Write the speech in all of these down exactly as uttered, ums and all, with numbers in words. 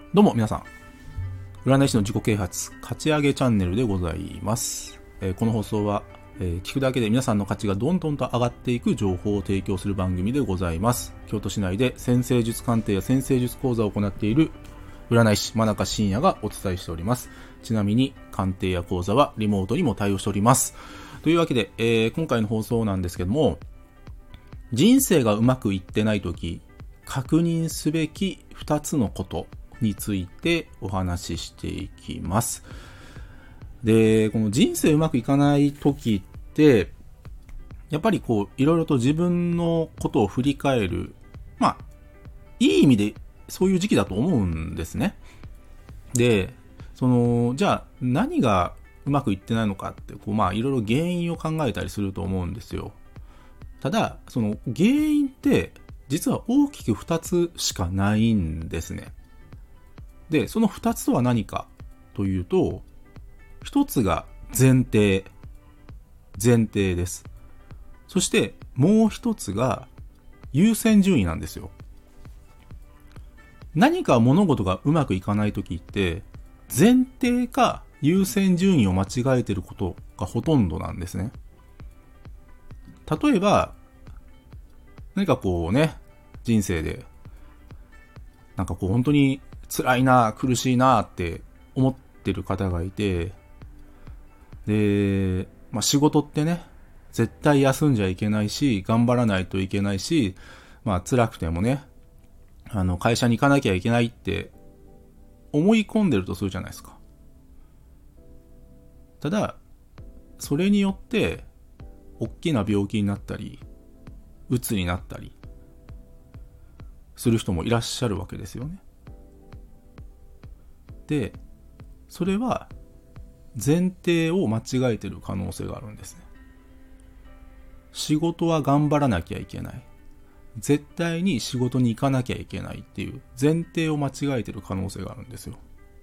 どうも皆さん、占い師の自己啓発勝ち上げチャンネルでございます。えー、この放送は、えー、聞くだけで皆さんの価値がどんどんと上がっていく情報を提供する番組でございます。京都市内で占星術鑑定や占星術講座を行っている占い師真中信也がお伝えしております。ちなみに鑑定や講座はリモートにも対応しております。というわけで、えー、今回の放送なんですけども、人生がうまくいってないとき確認すべきふたつのことについてお話ししていきます。で、この人生うまくいかない時って、やっぱりこう、いろいろと自分のことを振り返る、まあ、いい意味でそういう時期だと思うんですね。で、その、じゃあ何がうまくいってないのかって、こう、まあ、いろいろ原因を考えたりすると思うんですよ。ただ、その原因って、実は大きくふたつしかないんですね。で、その二つとは何かというと、一つが前提。前提です。そしてもう一つが優先順位なんですよ。何か物事がうまくいかないときって、前提か優先順位を間違えていることがほとんどなんですね。例えば、何かこうね、人生で、なんかこう本当に辛いな、苦しいなって思ってる方がいて、で、まあ、仕事ってね、絶対休んじゃいけないし、頑張らないといけないし、まあ辛くてもね、あの会社に行かなきゃいけないって思い込んでるとするじゃないですか。ただ、それによって大きな病気になったり、鬱になったりする人もいらっしゃるわけですよね。で、それは前提を間違えてる可能性があるんですね。仕事は頑張らなきゃいけない。絶対に仕事に行かなきゃいけないっていう前提を間違えてる可能性があるんですよ。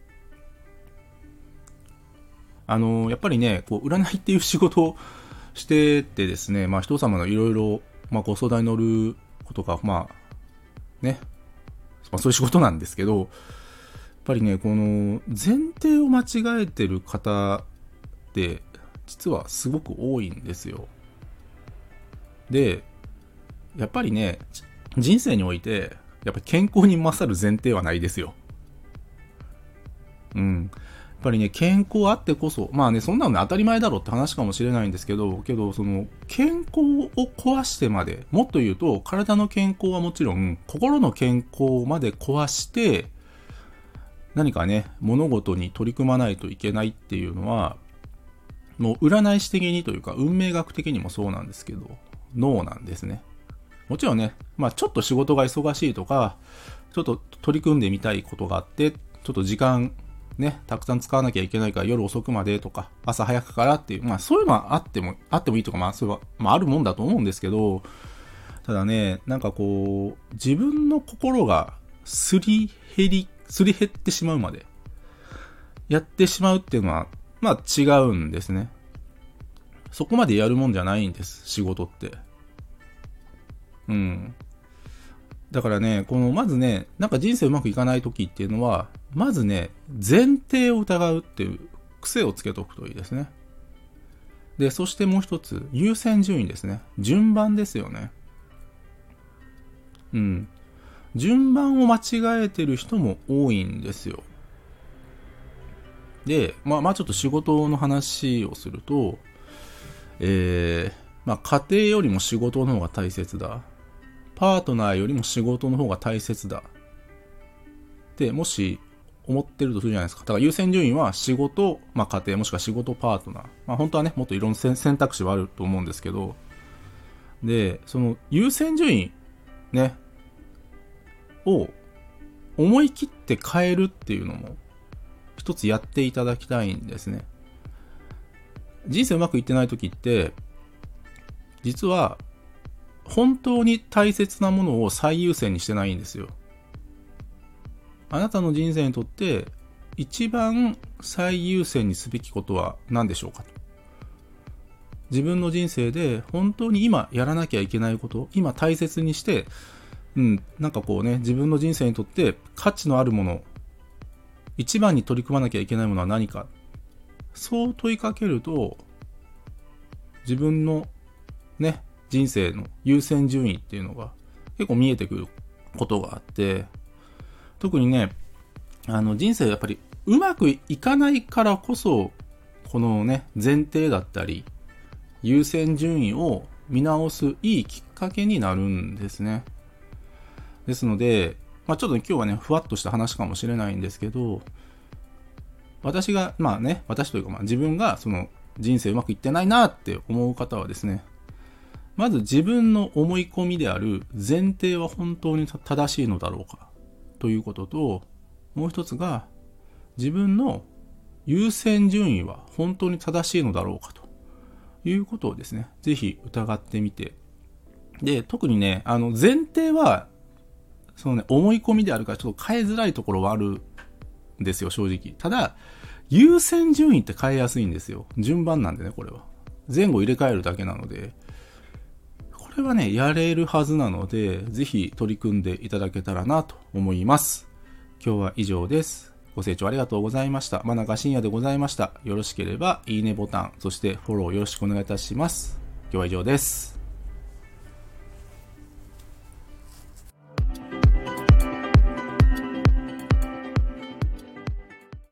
あの、やっぱりね、こう占いっていう仕事をしててですね、まあ人様のいろいろ、まあご相談に乗ることが、まあね、まあそういう仕事なんですけど、やっぱりね、この前提を間違えてる方って実はすごく多いんですよ。で、やっぱりね、人生においてやっぱり健康に勝る前提はないですよ。うん。やっぱりね、健康あってこそ、まあね、そんなのね当たり前だろうって話かもしれないんですけど、けどその健康を壊してまで、もっと言うと体の健康はもちろん心の健康まで壊して何かね、物事に取り組まないといけないっていうのは、もう占い師的にというか、運命学的にもそうなんですけど、ノーなんですね。もちろんね、まあちょっと仕事が忙しいとか、ちょっと取り組んでみたいことがあって、ちょっと時間ね、たくさん使わなきゃいけないから夜遅くまでとか、朝早くからっていう、まあそういうのはあっても、あってもいいとか、まあそれは、まああるもんだと思うんですけど、ただね、なんかこう、自分の心がすり減り、すり減ってしまうまでやってしまうっていうのはまあ違うんですね。そこまでやるもんじゃないんです、仕事って。うんだからね、このまずね、なんか人生うまくいかない時っていうのは、まずね、前提を疑うっていう癖をつけとくといいですね。で、そしてもう一つ、優先順位ですね。順番ですよね。うん順番を間違えてる人も多いんですよ。で、まあまあちょっと仕事の話をすると、えー、まあ家庭よりも仕事の方が大切だ。パートナーよりも仕事の方が大切だ。ってもし思ってるとするじゃないですか。だから優先順位は仕事、まあ家庭もしくは仕事パートナー。まあ本当はね、もっといろんな選択肢はあると思うんですけど、で、その優先順位ね、を思い切って変えるっていうのも一つやっていただきたいんですね。人生うまくいってない時って実は本当に大切なものを最優先にしてないんですよ。あなたの人生にとって一番最優先にすべきことは何でしょうかと。自分の人生で本当に今やらなきゃいけないこと、今大切にして、うん、なんかこうね、自分の人生にとって価値のあるもの一番に取り組まなきゃいけないものは何か。そう問いかけると、自分のね、人生の優先順位っていうのが結構見えてくることがあって、特にね、あの人生やっぱりうまくいかないからこそ、このね、前提だったり、優先順位を見直すいいきっかけになるんですね。ですので、まあちょっと今日はね、ふわっとした話かもしれないんですけど、私が、まあね、私というかまあ自分がその人生うまくいってないなって思う方はですね、まず自分の思い込みである前提は本当に正しいのだろうかということと、もう一つが自分の優先順位は本当に正しいのだろうかということをですね、ぜひ疑ってみて、で、特にね、あの前提はそのね、思い込みであるからちょっと変えづらいところはあるんですよ、正直。ただ、優先順位って変えやすいんですよ。順番なんでね、これは。前後入れ替えるだけなので、これはね、やれるはずなので、ぜひ取り組んでいただけたらなと思います。今日は以上です。ご清聴ありがとうございました。真中深也でございました。よろしければ、いいねボタン、そしてフォローよろしくお願いいたします。今日は以上です。